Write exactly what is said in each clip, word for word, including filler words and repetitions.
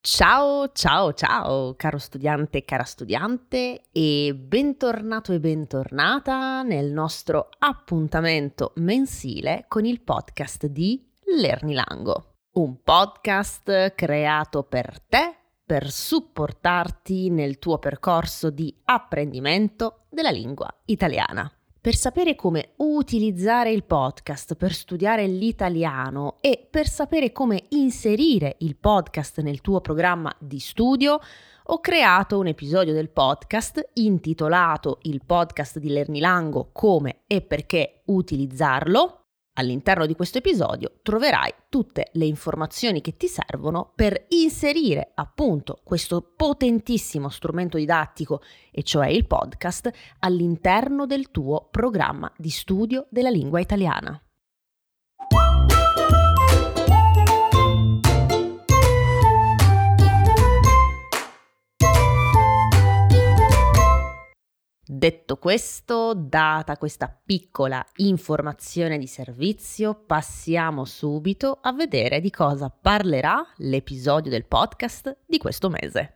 Ciao, ciao, ciao, caro studente e cara studiante, e bentornato e bentornata nel nostro appuntamento mensile con il podcast di Lernilango. Un podcast creato per te, per supportarti nel tuo percorso di apprendimento della lingua italiana. Per sapere come utilizzare il podcast per studiare l'italiano e per sapere come inserire il podcast nel tuo programma di studio, ho creato un episodio del podcast intitolato Il podcast di Lernilango, come e perché utilizzarlo. All'interno di questo episodio troverai tutte le informazioni che ti servono per inserire appunto questo potentissimo strumento didattico, e cioè il podcast, all'interno del tuo programma di studio della lingua italiana. Detto questo, data questa piccola informazione di servizio, passiamo subito a vedere di cosa parlerà l'episodio del podcast di questo mese.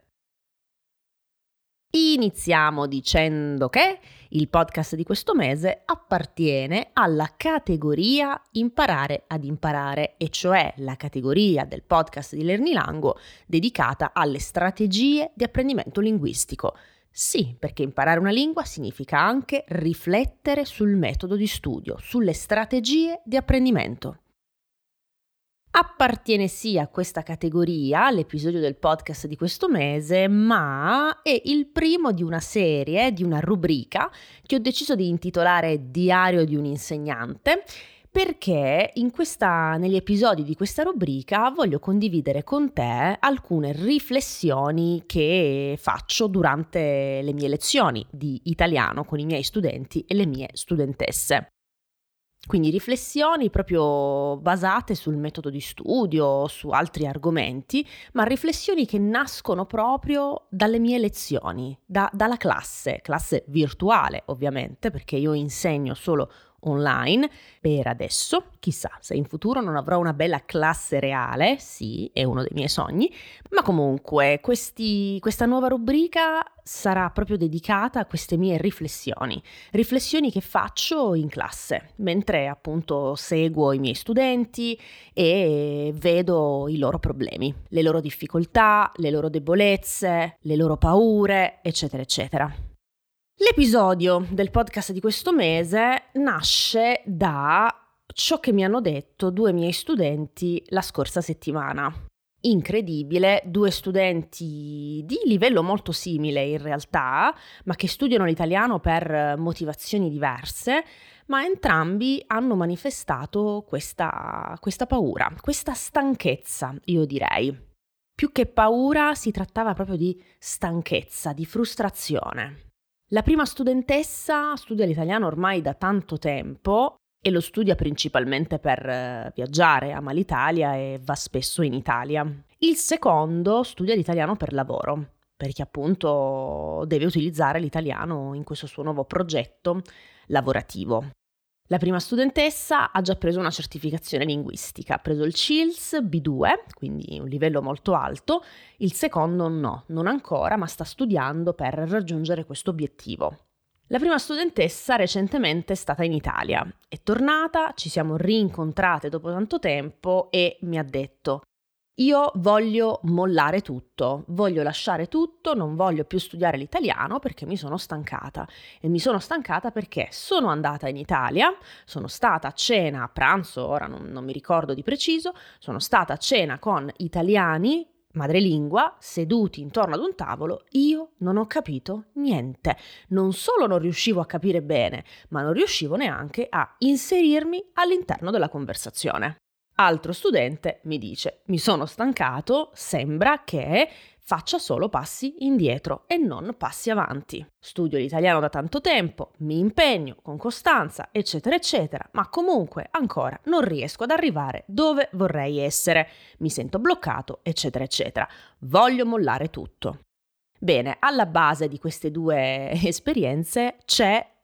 Iniziamo dicendo che il podcast di questo mese appartiene alla categoria Imparare ad imparare, e cioè la categoria del podcast di Lernilango dedicata alle strategie di apprendimento linguistico. Sì, perché imparare una lingua significa anche riflettere sul metodo di studio, sulle strategie di apprendimento. Appartiene sì a questa categoria l'episodio del podcast di questo mese, ma è il primo di una serie, di una rubrica che ho deciso di intitolare Diario di un insegnante, perché in questa, negli episodi di questa rubrica voglio condividere con te alcune riflessioni che faccio durante le mie lezioni di italiano con i miei studenti e le mie studentesse. Quindi riflessioni proprio basate sul metodo di studio, su altri argomenti, ma riflessioni che nascono proprio dalle mie lezioni, da, dalla classe, classe virtuale ovviamente, perché io insegno solo online per adesso. Chissà se in futuro non avrò una bella classe reale, sì, è uno dei miei sogni, ma comunque questi, questa nuova rubrica sarà proprio dedicata a queste mie riflessioni, riflessioni che faccio in classe, mentre appunto seguo i miei studenti e vedo i loro problemi, le loro difficoltà, le loro debolezze, le loro paure, eccetera, eccetera. L'episodio del podcast di questo mese nasce da ciò che mi hanno detto due miei studenti la scorsa settimana. Incredibile, due studenti di livello molto simile in realtà, ma che studiano l'italiano per motivazioni diverse, ma entrambi hanno manifestato questa, questa paura, questa stanchezza, io direi. Più che paura si trattava proprio di stanchezza, di frustrazione. La prima studentessa studia l'italiano ormai da tanto tempo e lo studia principalmente per viaggiare, ama l'Italia e va spesso in Italia. Il secondo studia l'italiano per lavoro, perché appunto deve utilizzare l'italiano in questo suo nuovo progetto lavorativo. La prima studentessa ha già preso una certificazione linguistica, ha preso il C I L S B due, quindi un livello molto alto, il secondo no, non ancora, ma sta studiando per raggiungere questo obiettivo. La prima studentessa recentemente è stata in Italia, è tornata, ci siamo rincontrate dopo tanto tempo e mi ha detto: io voglio mollare tutto, voglio lasciare tutto, non voglio più studiare l'italiano perché mi sono stancata. E mi sono stancata perché sono andata in Italia, sono stata a cena, a pranzo, ora non, non mi ricordo di preciso, sono stata a cena con italiani, madrelingua, seduti intorno ad un tavolo, io non ho capito niente. Non solo non riuscivo a capire bene, ma non riuscivo neanche a inserirmi all'interno della conversazione. Altro studente mi dice: mi sono stancato, sembra che faccia solo passi indietro e non passi avanti. Studio l'italiano da tanto tempo, mi impegno con costanza, eccetera, eccetera, ma comunque ancora non riesco ad arrivare dove vorrei essere. Mi sento bloccato, eccetera, eccetera. Voglio mollare tutto. Bene, alla base di queste due esperienze c'è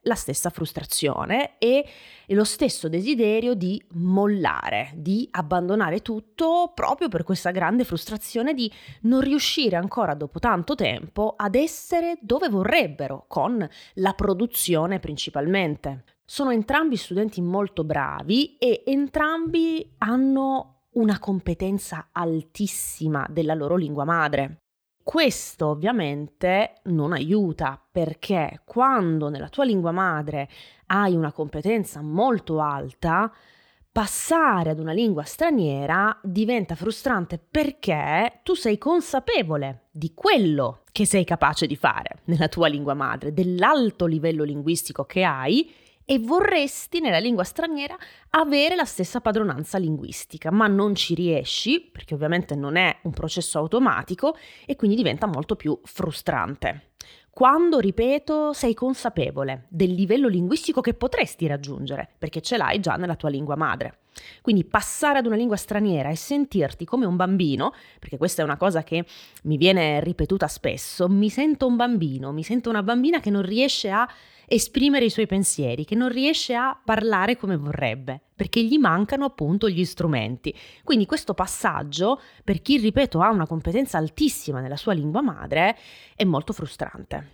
la stessa frustrazione e lo stesso desiderio di mollare, di abbandonare tutto proprio per questa grande frustrazione di non riuscire ancora dopo tanto tempo ad essere dove vorrebbero, con la produzione principalmente. Sono entrambi studenti molto bravi e entrambi hanno una competenza altissima della loro lingua madre. Questo ovviamente non aiuta, perché quando nella tua lingua madre hai una competenza molto alta, passare ad una lingua straniera diventa frustrante perché tu sei consapevole di quello che sei capace di fare nella tua lingua madre, dell'alto livello linguistico che hai, e vorresti nella lingua straniera avere la stessa padronanza linguistica, ma non ci riesci perché ovviamente non è un processo automatico e quindi diventa molto più frustrante. Quando, ripeto, sei consapevole del livello linguistico che potresti raggiungere, perché ce l'hai già nella tua lingua madre. Quindi passare ad una lingua straniera e sentirti come un bambino, perché questa è una cosa che mi viene ripetuta spesso, mi sento un bambino, mi sento una bambina che non riesce a esprimere i suoi pensieri, che non riesce a parlare come vorrebbe, perché gli mancano appunto gli strumenti. Quindi questo passaggio, per chi, ripeto, ha una competenza altissima nella sua lingua madre, è molto frustrante.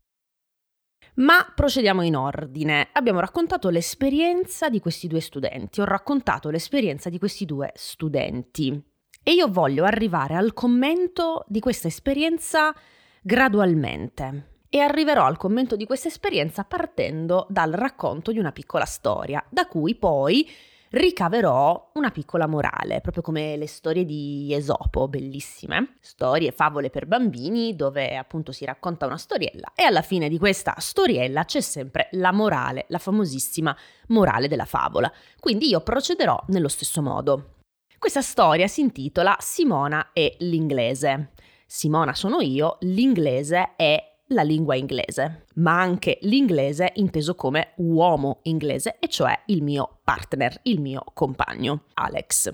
Ma procediamo in ordine. Abbiamo raccontato l'esperienza di questi due studenti, ho raccontato l'esperienza di questi due studenti e io voglio arrivare al commento di questa esperienza gradualmente. E arriverò al commento di questa esperienza partendo dal racconto di una piccola storia, da cui poi ricaverò una piccola morale, proprio come le storie di Esopo, bellissime, storie, favole per bambini, dove appunto si racconta una storiella e alla fine di questa storiella c'è sempre la morale, la famosissima morale della favola. Quindi io procederò nello stesso modo. Questa storia si intitola Simona e l'inglese. Simona sono io, l'inglese è la lingua inglese, ma anche l'inglese inteso come uomo inglese, e cioè il mio partner, il mio compagno, Alex.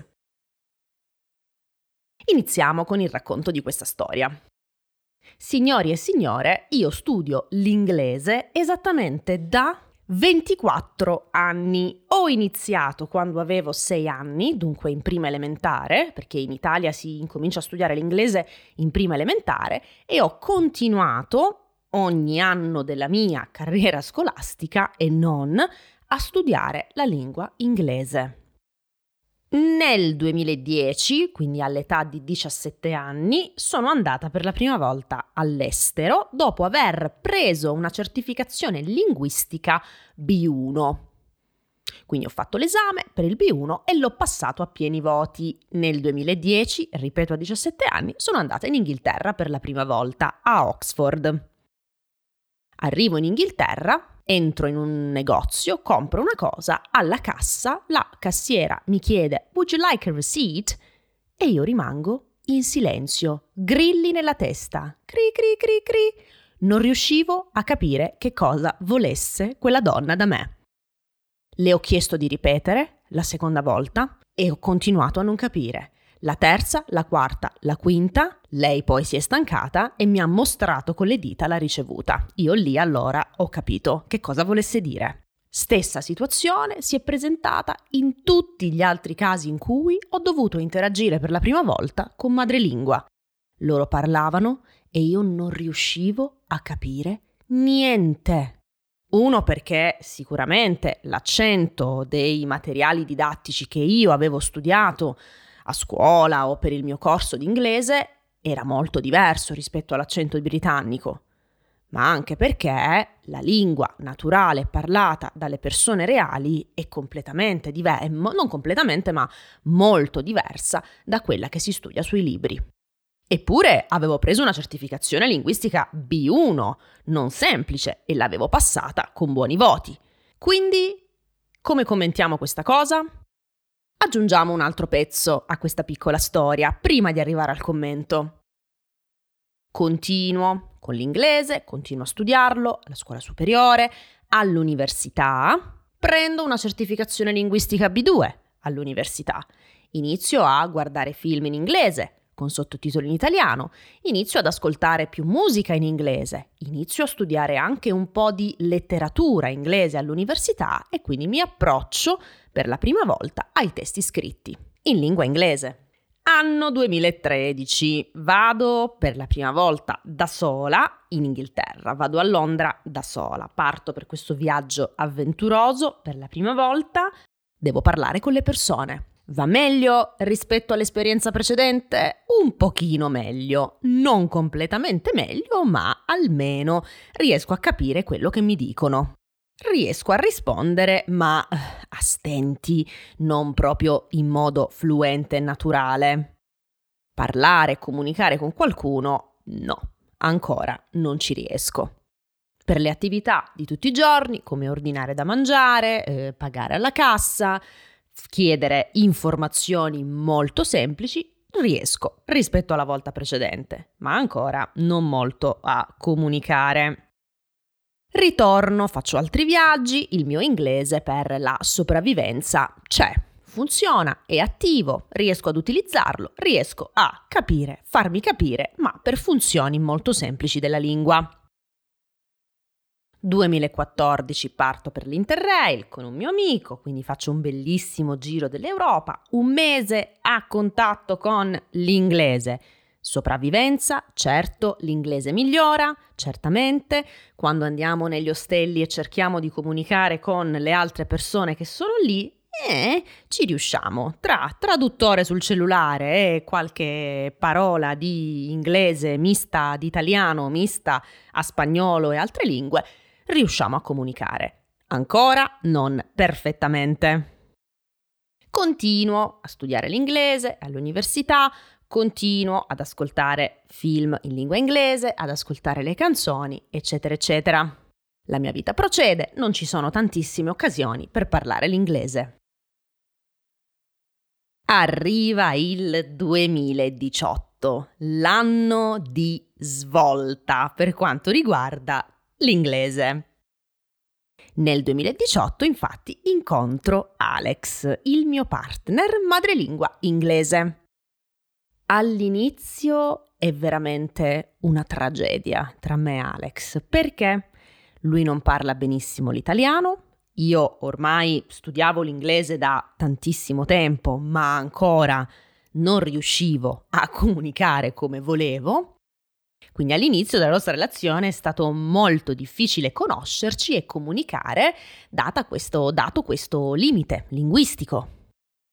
Iniziamo con il racconto di questa storia. Signori e signore, io studio l'inglese esattamente da ventiquattro anni. Ho iniziato quando avevo sei anni, dunque in prima elementare, perché in Italia si incomincia a studiare l'inglese in prima elementare, e ho continuato ogni anno della mia carriera scolastica e non a studiare la lingua inglese. Nel duemiladieci, quindi all'età di diciassette anni, sono andata per la prima volta all'estero dopo aver preso una certificazione linguistica B uno. Quindi ho fatto l'esame per il B uno e l'ho passato a pieni voti. Nel duemiladieci, ripeto a diciassette anni, sono andata in Inghilterra per la prima volta, a Oxford. Arrivo in Inghilterra, entro in un negozio, compro una cosa, alla cassa la cassiera mi chiede "Would you like a receipt?" e io rimango in silenzio, grilli nella testa, cri cri cri cri. Non riuscivo a capire che cosa volesse quella donna da me. Le ho chiesto di ripetere la seconda volta e ho continuato a non capire. La terza, la quarta, la quinta, lei poi si è stancata e mi ha mostrato con le dita la ricevuta. Io lì allora ho capito che cosa volesse dire. Stessa situazione si è presentata in tutti gli altri casi in cui ho dovuto interagire per la prima volta con madrelingua. Loro parlavano e io non riuscivo a capire niente. Uno, perché sicuramente l'accento dei materiali didattici che io avevo studiato a scuola o per il mio corso di inglese era molto diverso rispetto all'accento britannico, ma anche perché la lingua naturale parlata dalle persone reali è completamente diversa, non completamente ma molto diversa da quella che si studia sui libri. Eppure avevo preso una certificazione linguistica B uno, non semplice, e l'avevo passata con buoni voti. Quindi, come commentiamo questa cosa? Aggiungiamo un altro pezzo a questa piccola storia, prima di arrivare al commento. Continuo con l'inglese, continuo a studiarlo alla scuola superiore, all'università, prendo una certificazione linguistica B due all'università, inizio a guardare film in inglese, con sottotitoli in italiano, inizio ad ascoltare più musica in inglese, inizio a studiare anche un po' di letteratura inglese all'università e quindi mi approccio per la prima volta ai testi scritti in lingua inglese. Anno duemilatredici, vado per la prima volta da sola in Inghilterra, vado a Londra da sola, parto per questo viaggio avventuroso per la prima volta, devo parlare con le persone. Va meglio rispetto all'esperienza precedente? Un pochino meglio, non completamente meglio, ma almeno riesco a capire quello che mi dicono. Riesco a rispondere, ma a stenti, non proprio in modo fluente e naturale. Parlare e comunicare con qualcuno, no, ancora non ci riesco. Per le attività di tutti i giorni, come ordinare da mangiare, eh, pagare alla cassa, chiedere informazioni molto semplici, riesco rispetto alla volta precedente, ma ancora non molto a comunicare. Ritorno, faccio altri viaggi, il mio inglese per la sopravvivenza c'è, funziona, è attivo, riesco ad utilizzarlo, riesco a capire, farmi capire, ma per funzioni molto semplici della lingua. duemilaquattordici parto per l'Interrail con un mio amico, quindi faccio un bellissimo giro dell'Europa, un mese a contatto con l'inglese. Sopravvivenza, certo, l'inglese migliora, certamente, quando andiamo negli ostelli e cerchiamo di comunicare con le altre persone che sono lì, eh, ci riusciamo, tra traduttore sul cellulare e qualche parola di inglese mista di italiano, mista a spagnolo e altre lingue, riusciamo a comunicare. Ancora non perfettamente. Continuo a studiare l'inglese all'università, continuo ad ascoltare film in lingua inglese, ad ascoltare le canzoni, eccetera, eccetera. La mia vita procede, non ci sono tantissime occasioni per parlare l'inglese. Arriva il duemiladiciotto, l'anno di svolta per quanto riguarda l'inglese. Nel duemiladiciotto, infatti, incontro Alex, il mio partner madrelingua inglese. All'inizio è veramente una tragedia tra me e Alex, perché lui non parla benissimo l'italiano, io ormai studiavo l'inglese da tantissimo tempo, ma ancora non riuscivo a comunicare come volevo. Quindi all'inizio della nostra relazione è stato molto difficile conoscerci e comunicare data questo, dato questo limite linguistico.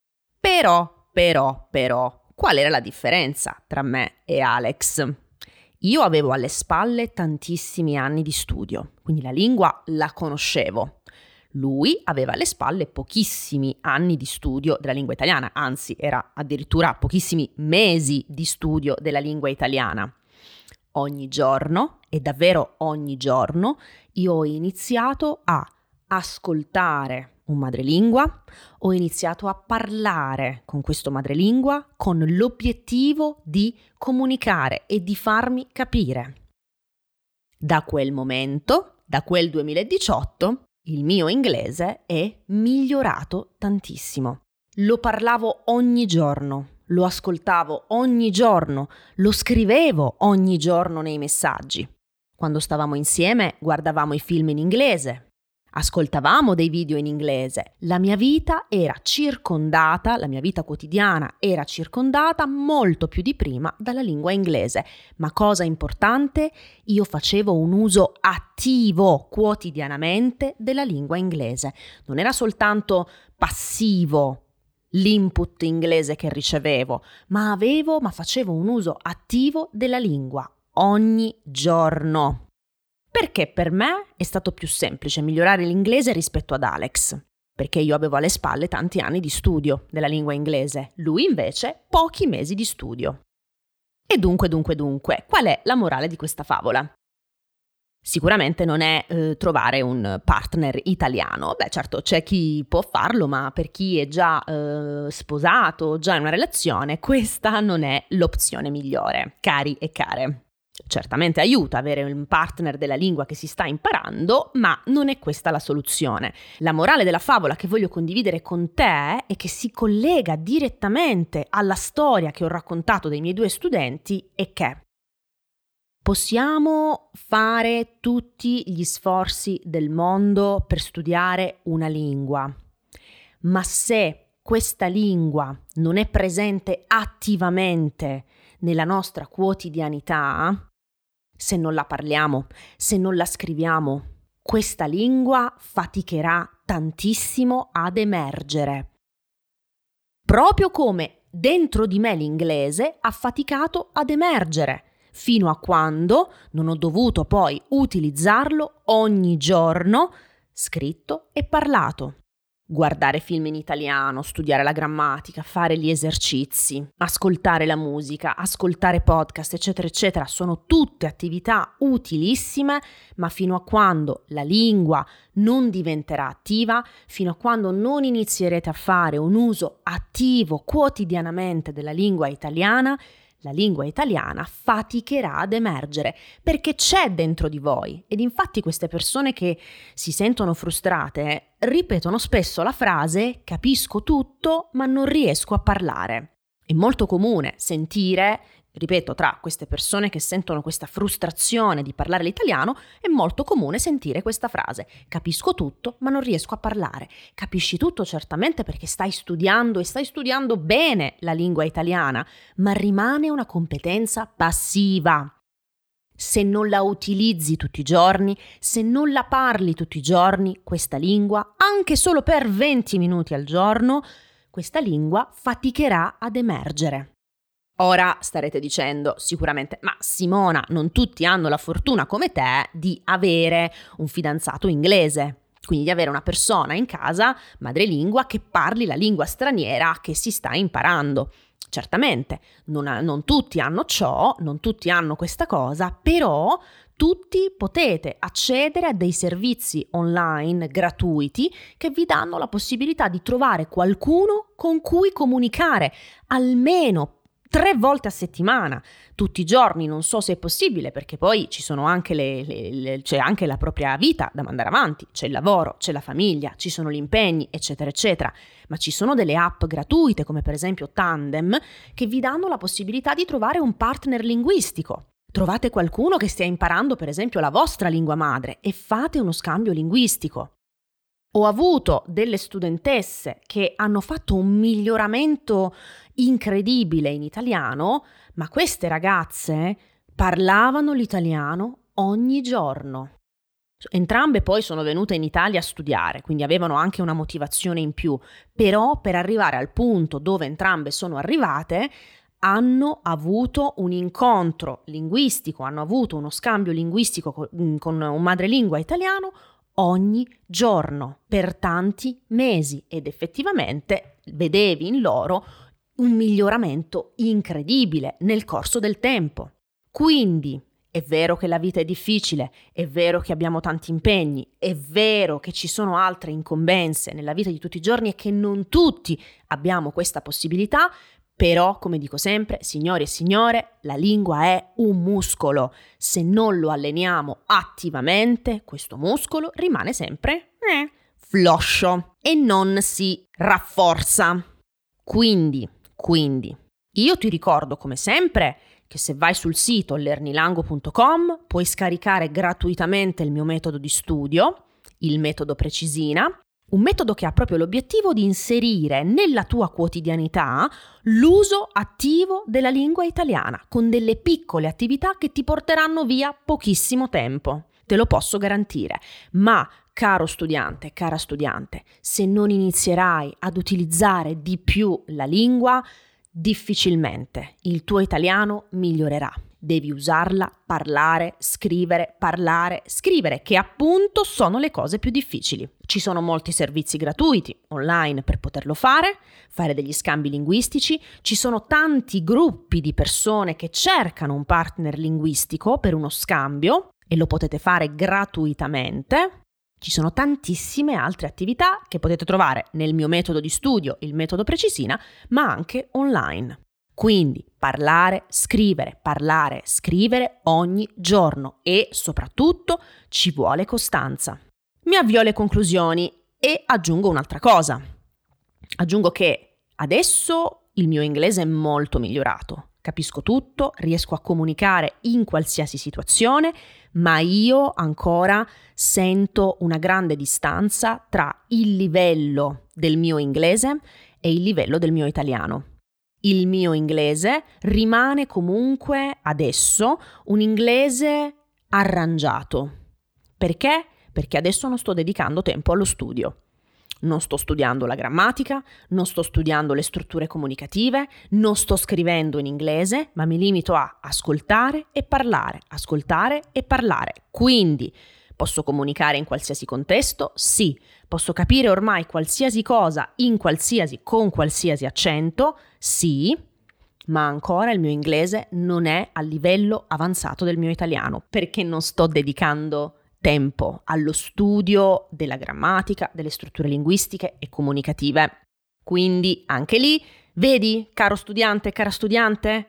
Però, però, però, qual era la differenza tra me e Alex? Io avevo alle spalle tantissimi anni di studio, quindi la lingua la conoscevo. Lui aveva alle spalle pochissimi anni di studio della lingua italiana, anzi era addirittura pochissimi mesi di studio della lingua italiana. Ogni giorno, e davvero ogni giorno, io ho iniziato a ascoltare un madrelingua, ho iniziato a parlare con questo madrelingua con l'obiettivo di comunicare e di farmi capire. Da quel momento, da quel duemiladiciotto, il mio inglese è migliorato tantissimo. Lo parlavo ogni giorno, lo ascoltavo ogni giorno, lo scrivevo ogni giorno nei messaggi. Quando stavamo insieme guardavamo i film in inglese, ascoltavamo dei video in inglese. La mia vita era circondata, la mia vita quotidiana era circondata molto più di prima dalla lingua inglese. Ma cosa importante, io facevo un uso attivo quotidianamente della lingua inglese. Non era soltanto passivo l'input inglese che ricevevo, ma avevo, ma facevo un uso attivo della lingua ogni giorno. Perché per me è stato più semplice migliorare l'inglese rispetto ad Alex, perché io avevo alle spalle tanti anni di studio della lingua inglese, lui invece pochi mesi di studio. E dunque, dunque, dunque, qual è la morale di questa favola? Sicuramente non è eh, trovare un partner italiano. Beh, certo, c'è chi può farlo, ma per chi è già eh, sposato, già in una relazione, questa non è l'opzione migliore, cari e care. Certamente aiuta avere un partner della lingua che si sta imparando, ma non è questa la soluzione. La morale della favola che voglio condividere con te e che si collega direttamente alla storia che ho raccontato dei miei due studenti è che possiamo fare tutti gli sforzi del mondo per studiare una lingua, ma se questa lingua non è presente attivamente nella nostra quotidianità, se non la parliamo, se non la scriviamo, questa lingua faticherà tantissimo ad emergere. Proprio come dentro di me l'inglese ha faticato ad emergere, fino a quando non ho dovuto poi utilizzarlo ogni giorno, scritto e parlato. Guardare film in italiano, studiare la grammatica, fare gli esercizi, ascoltare la musica, ascoltare podcast, eccetera, eccetera, sono tutte attività utilissime, ma fino a quando la lingua non diventerà attiva, fino a quando non inizierete a fare un uso attivo quotidianamente della lingua italiana, la lingua italiana faticherà ad emergere perché c'è dentro di voi. Ed infatti queste persone che si sentono frustrate ripetono spesso la frase capisco tutto ma non riesco a parlare. È molto comune sentire, ripeto, tra queste persone che sentono questa frustrazione di parlare l'italiano, è molto comune sentire questa frase capisco tutto ma non riesco a parlare. Capisci tutto certamente perché stai studiando e stai studiando bene la lingua italiana, ma rimane una competenza passiva. Se non la utilizzi tutti i giorni, se non la parli tutti i giorni, questa lingua, anche solo per venti minuti al giorno, questa lingua faticherà ad emergere. Ora starete dicendo sicuramente, ma Simona, non tutti hanno la fortuna come te di avere un fidanzato inglese, quindi di avere una persona in casa madrelingua che parli la lingua straniera che si sta imparando. Certamente, non, non tutti hanno ciò, non tutti hanno questa cosa, però tutti potete accedere a dei servizi online gratuiti che vi danno la possibilità di trovare qualcuno con cui comunicare almeno tre volte a settimana, tutti i giorni. Non so se è possibile perché poi ci sono anche le, le, le, c'è anche la propria vita da mandare avanti, c'è il lavoro, c'è la famiglia, ci sono gli impegni, eccetera, eccetera. Ma ci sono delle app gratuite come per esempio Tandem che vi danno la possibilità di trovare un partner linguistico. Trovate qualcuno che stia imparando per esempio la vostra lingua madre e fate uno scambio linguistico. Ho avuto delle studentesse che hanno fatto un miglioramento incredibile in italiano, ma queste ragazze parlavano l'italiano ogni giorno. Entrambe poi sono venute in Italia a studiare, quindi avevano anche una motivazione in più, però per arrivare al punto dove entrambe sono arrivate hanno avuto un incontro linguistico, hanno avuto uno scambio linguistico con un madrelingua italiano ogni giorno per tanti mesi ed effettivamente vedevi in loro un miglioramento incredibile nel corso del tempo. Quindi è vero che la vita è difficile, è vero che abbiamo tanti impegni, è vero che ci sono altre incombenze nella vita di tutti i giorni e che non tutti abbiamo questa possibilità, però, come dico sempre, signori e signore, la lingua è un muscolo. Se non lo alleniamo attivamente, questo muscolo rimane sempre eh, floscio e non si rafforza. Quindi, quindi, io ti ricordo come sempre che se vai sul sito lernilango punto com puoi scaricare gratuitamente il mio metodo di studio, il metodo Precisina, un metodo che ha proprio l'obiettivo di inserire nella tua quotidianità l'uso attivo della lingua italiana, con delle piccole attività che ti porteranno via pochissimo tempo. Te lo posso garantire. Ma, caro studiante, cara studiante, se non inizierai ad utilizzare di più la lingua, difficilmente il tuo italiano migliorerà. Devi usarla, parlare, scrivere, parlare, scrivere, che appunto sono le cose più difficili. Ci sono molti servizi gratuiti online per poterlo fare, fare degli scambi linguistici, ci sono tanti gruppi di persone che cercano un partner linguistico per uno scambio e lo potete fare gratuitamente. Ci sono tantissime altre attività che potete trovare nel mio metodo di studio, il metodo Precisina, ma anche online. Quindi parlare, scrivere, parlare, scrivere ogni giorno e soprattutto ci vuole costanza. Mi avvio alle conclusioni e aggiungo un'altra cosa. Aggiungo che adesso il mio inglese è molto migliorato. Capisco tutto, riesco a comunicare in qualsiasi situazione, ma io ancora sento una grande distanza tra il livello del mio inglese e il livello del mio italiano. Il mio inglese rimane comunque adesso un inglese arrangiato. Perché? Perché adesso non sto dedicando tempo allo studio. Non sto studiando la grammatica, non sto studiando le strutture comunicative, non sto scrivendo in inglese, ma mi limito a ascoltare e parlare, ascoltare e parlare. Quindi posso comunicare in qualsiasi contesto? Sì. Posso capire ormai qualsiasi cosa in qualsiasi, con qualsiasi accento? Sì. Ma ancora il mio inglese non è a livello avanzato del mio italiano, perché non sto dedicando tempo allo studio della grammatica, delle strutture linguistiche e comunicative. Quindi anche lì, vedi, caro studente, cara studiante,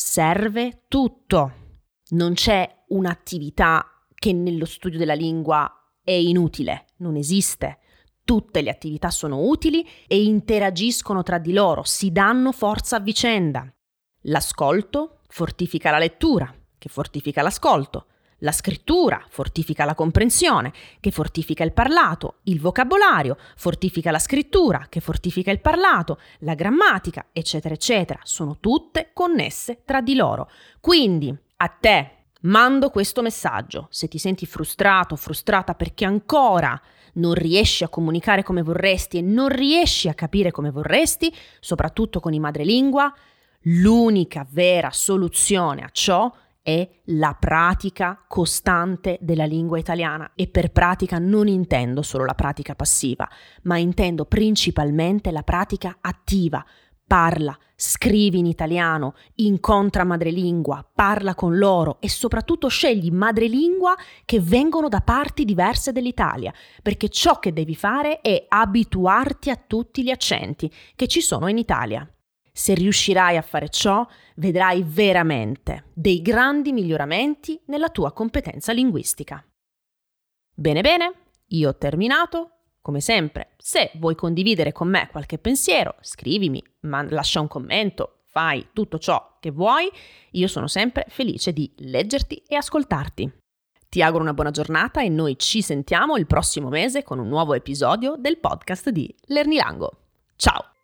serve tutto. Non c'è un'attività che nello studio della lingua è inutile, non esiste. Tutte le attività sono utili e interagiscono tra di loro, si danno forza a vicenda. L'ascolto fortifica la lettura, che fortifica l'ascolto. La scrittura fortifica la comprensione, che fortifica il parlato, il vocabolario fortifica la scrittura, che fortifica il parlato, la grammatica, eccetera, eccetera. Sono tutte connesse tra di loro. Quindi a te mando questo messaggio. Se ti senti frustrato, frustrata perché ancora non riesci a comunicare come vorresti e non riesci a capire come vorresti, soprattutto con i madrelingua, l'unica vera soluzione a ciò è la pratica costante della lingua italiana. E per pratica non intendo solo la pratica passiva, ma intendo principalmente la pratica attiva. Parla, scrivi in italiano, incontra madrelingua, parla con loro e soprattutto scegli madrelingua che vengono da parti diverse dell'Italia, perché ciò che devi fare è abituarti a tutti gli accenti che ci sono in Italia. Se riuscirai a fare ciò, vedrai veramente dei grandi miglioramenti nella tua competenza linguistica. Bene bene, io ho terminato. Come sempre, se vuoi condividere con me qualche pensiero, scrivimi, ma lascia un commento, fai tutto ciò che vuoi. Io sono sempre felice di leggerti e ascoltarti. Ti auguro una buona giornata e noi ci sentiamo il prossimo mese con un nuovo episodio del podcast di Lernilango. Ciao!